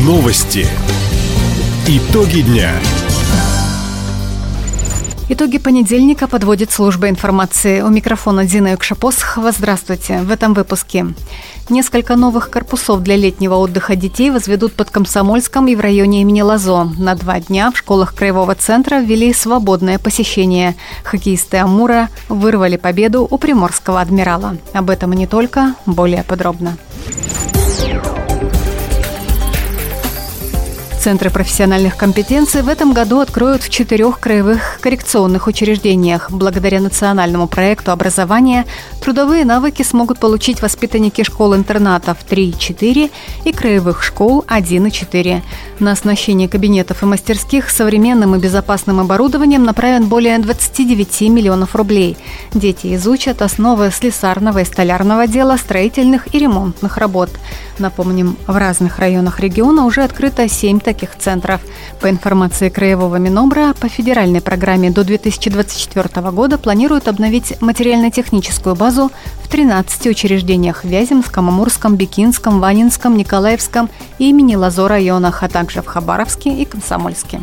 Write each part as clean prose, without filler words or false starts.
Новости. Итоги дня. Итоги понедельника подводит служба информации. У микрофона Дина Юкшапосхова. Здравствуйте. В этом выпуске. Несколько новых корпусов для летнего отдыха детей возведут под Комсомольском и в районе имени Лазо. На 2 дня в школах Краевого центра ввели свободное посещение. Хоккеисты Амура вырвали победу у приморского адмирала. Об этом и не только. Более подробно. Центры профессиональных компетенций в этом году откроют в 4 краевых коррекционных учреждениях. Благодаря национальному проекту образования трудовые навыки смогут получить воспитанники школ-интернатов 3 и 4 и краевых школ 1 и 4. На оснащение кабинетов и мастерских современным и безопасным оборудованием направят более 29 миллионов рублей. Дети изучат основы слесарного и столярного дела, строительных и ремонтных работ. Напомним, в разных районах региона уже открыто 7 таких центров. По информации Краевого Минобра, по федеральной программе до 2024 года планируют обновить материально-техническую базу в 13 учреждениях в Вяземском, Амурском, Бикинском, Ванинском, Николаевском и имени Лазо районах, а также в Хабаровске и Комсомольске.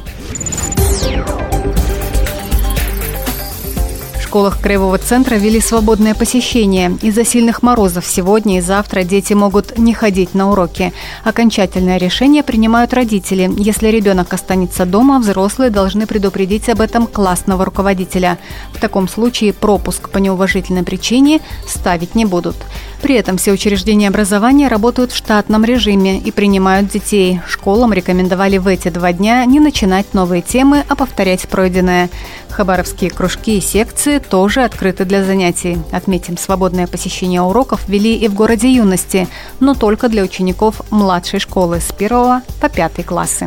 В школах Краевого центра ввели свободное посещение. Из-за сильных морозов сегодня и завтра дети могут не ходить на уроки. Окончательное решение принимают родители. Если ребенок останется дома, взрослые должны предупредить об этом классного руководителя. В таком случае пропуск по неуважительной причине ставить не будут. При этом все учреждения образования работают в штатном режиме и принимают детей. Школам рекомендовали в эти 2 дня не начинать новые темы, а повторять пройденное. Хабаровские кружки и секции тоже открыты для занятий. Отметим, свободное посещение уроков ввели и в городе Юности, но только для учеников младшей школы с 1 по 5 классы.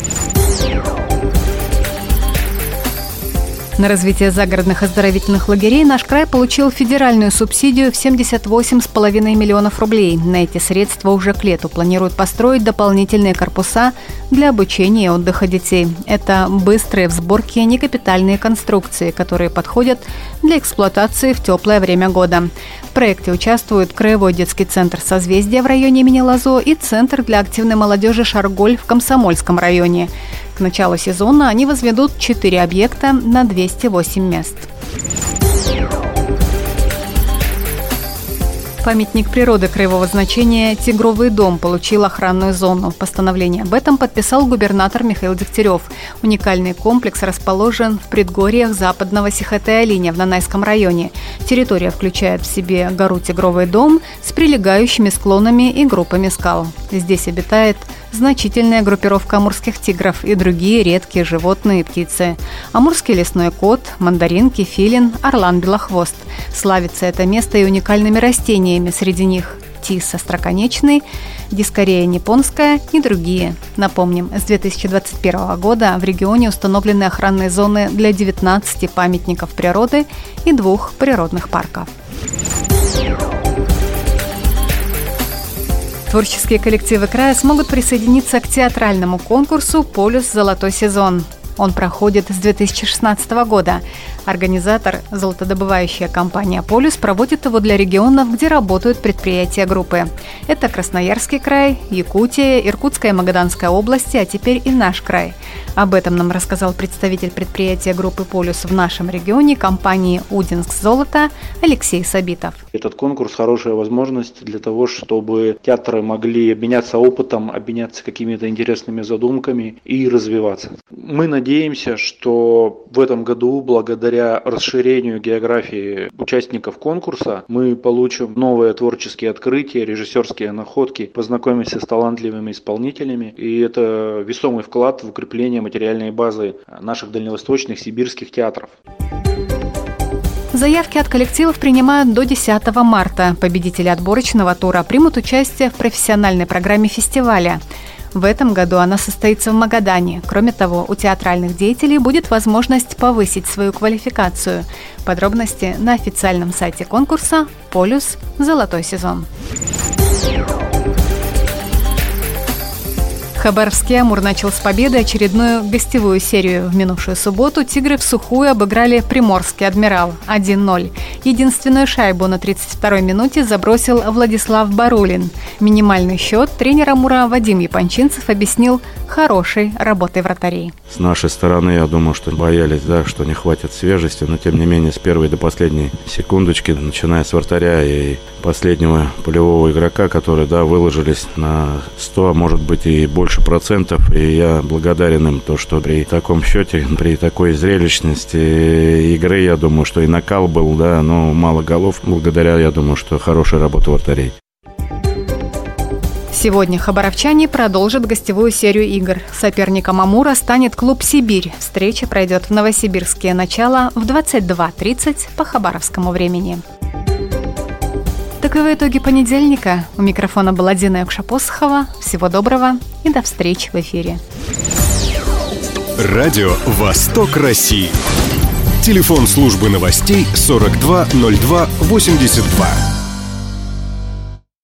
На развитие загородных оздоровительных лагерей наш край получил федеральную субсидию в 78,5 миллионов рублей. На эти средства уже к лету планируют построить дополнительные корпуса для обучения и отдыха детей. Это быстрые в сборке некапитальные конструкции, которые подходят для эксплуатации в теплое время года. В проекте участвуют Краевой детский центр «Созвездие» в районе имени Лазо и Центр для активной молодежи «Шарголь» в Комсомольском районе. К началу сезона они возведут 4 объекта на 208 мест. Памятник природы краевого значения «Тигровый дом» получил охранную зону. Постановление об этом подписал губернатор Михаил Дегтярев. Уникальный комплекс расположен в предгорьях западного Сихотэ-Алиня в Нанайском районе. Территория включает в себе гору Тигровый дом с прилегающими склонами и группами скал. Здесь обитает значительная группировка амурских тигров и другие редкие животные и птицы. Амурский лесной кот, мандаринки, филин, орлан-белохвост. Славится это место и уникальными растениями, среди них тис остроконечный, дискарея японская и другие. Напомним, с 2021 года в регионе установлены охранные зоны для 19 памятников природы и 2 природных парков. Творческие коллективы края смогут присоединиться к театральному конкурсу «Полюс. Золотой сезон». Он проходит с 2016 года. Организатор, золотодобывающая компания «Полюс», проводит его для регионов, где работают предприятия группы. Это Красноярский край, Якутия, Иркутская и Магаданская области, а теперь и наш край. Об этом нам рассказал представитель предприятия группы «Полюс» в нашем регионе, компании «Удинск Золото» Алексей Сабитов. Этот конкурс – хорошая возможность для того, чтобы театры могли обменяться опытом, обменяться какими-то интересными задумками и развиваться. Мы надеемся, что в этом году, благодаря расширению географии участников конкурса, мы получим новые творческие открытия, режиссерские находки, познакомимся с талантливыми исполнителями, и это весомый вклад в укрепление материальной базы наших дальневосточных сибирских театров. Заявки от коллективов принимают до 10 марта. Победители отборочного тура примут участие в профессиональной программе фестиваля. В этом году она состоится в Магадане. Кроме того, у театральных деятелей будет возможность повысить свою квалификацию. Подробности на официальном сайте конкурса «Полюс. Золотой сезон». Хабаровский «Амур» начал с победы очередную гостевую серию. В минувшую субботу «Тигры» в сухую обыграли приморский «Адмирал» 1-0. Единственную шайбу на 32-й минуте забросил Владислав Барулин. Минимальный счет тренер «Амура» Вадим Япончинцев объяснил хорошей работой вратарей. С нашей стороны, я думаю, что боялись, что не хватит свежести, но тем не менее с первой до последней секундочки, начиная с вратаря и последнего полевого игрока, которые выложились на 100, а может быть и больше процентов, и я благодарен им, то, что при таком счете, при такой зрелищности игры, я думаю, что и накал был, но мало голов, благодаря, я думаю, что хорошая работа вратарей. Сегодня хабаровчане продолжат гостевую серию игр. Соперником «Амура» станет клуб «Сибирь». Встреча пройдет в Новосибирске. Начало в 22:30 по хабаровскому времени. Таковы итоги понедельника. У микрофона была Дина Якшапосхова. Всего доброго и до встречи в эфире. Радио «Восток России». Телефон службы новостей 42 02 82.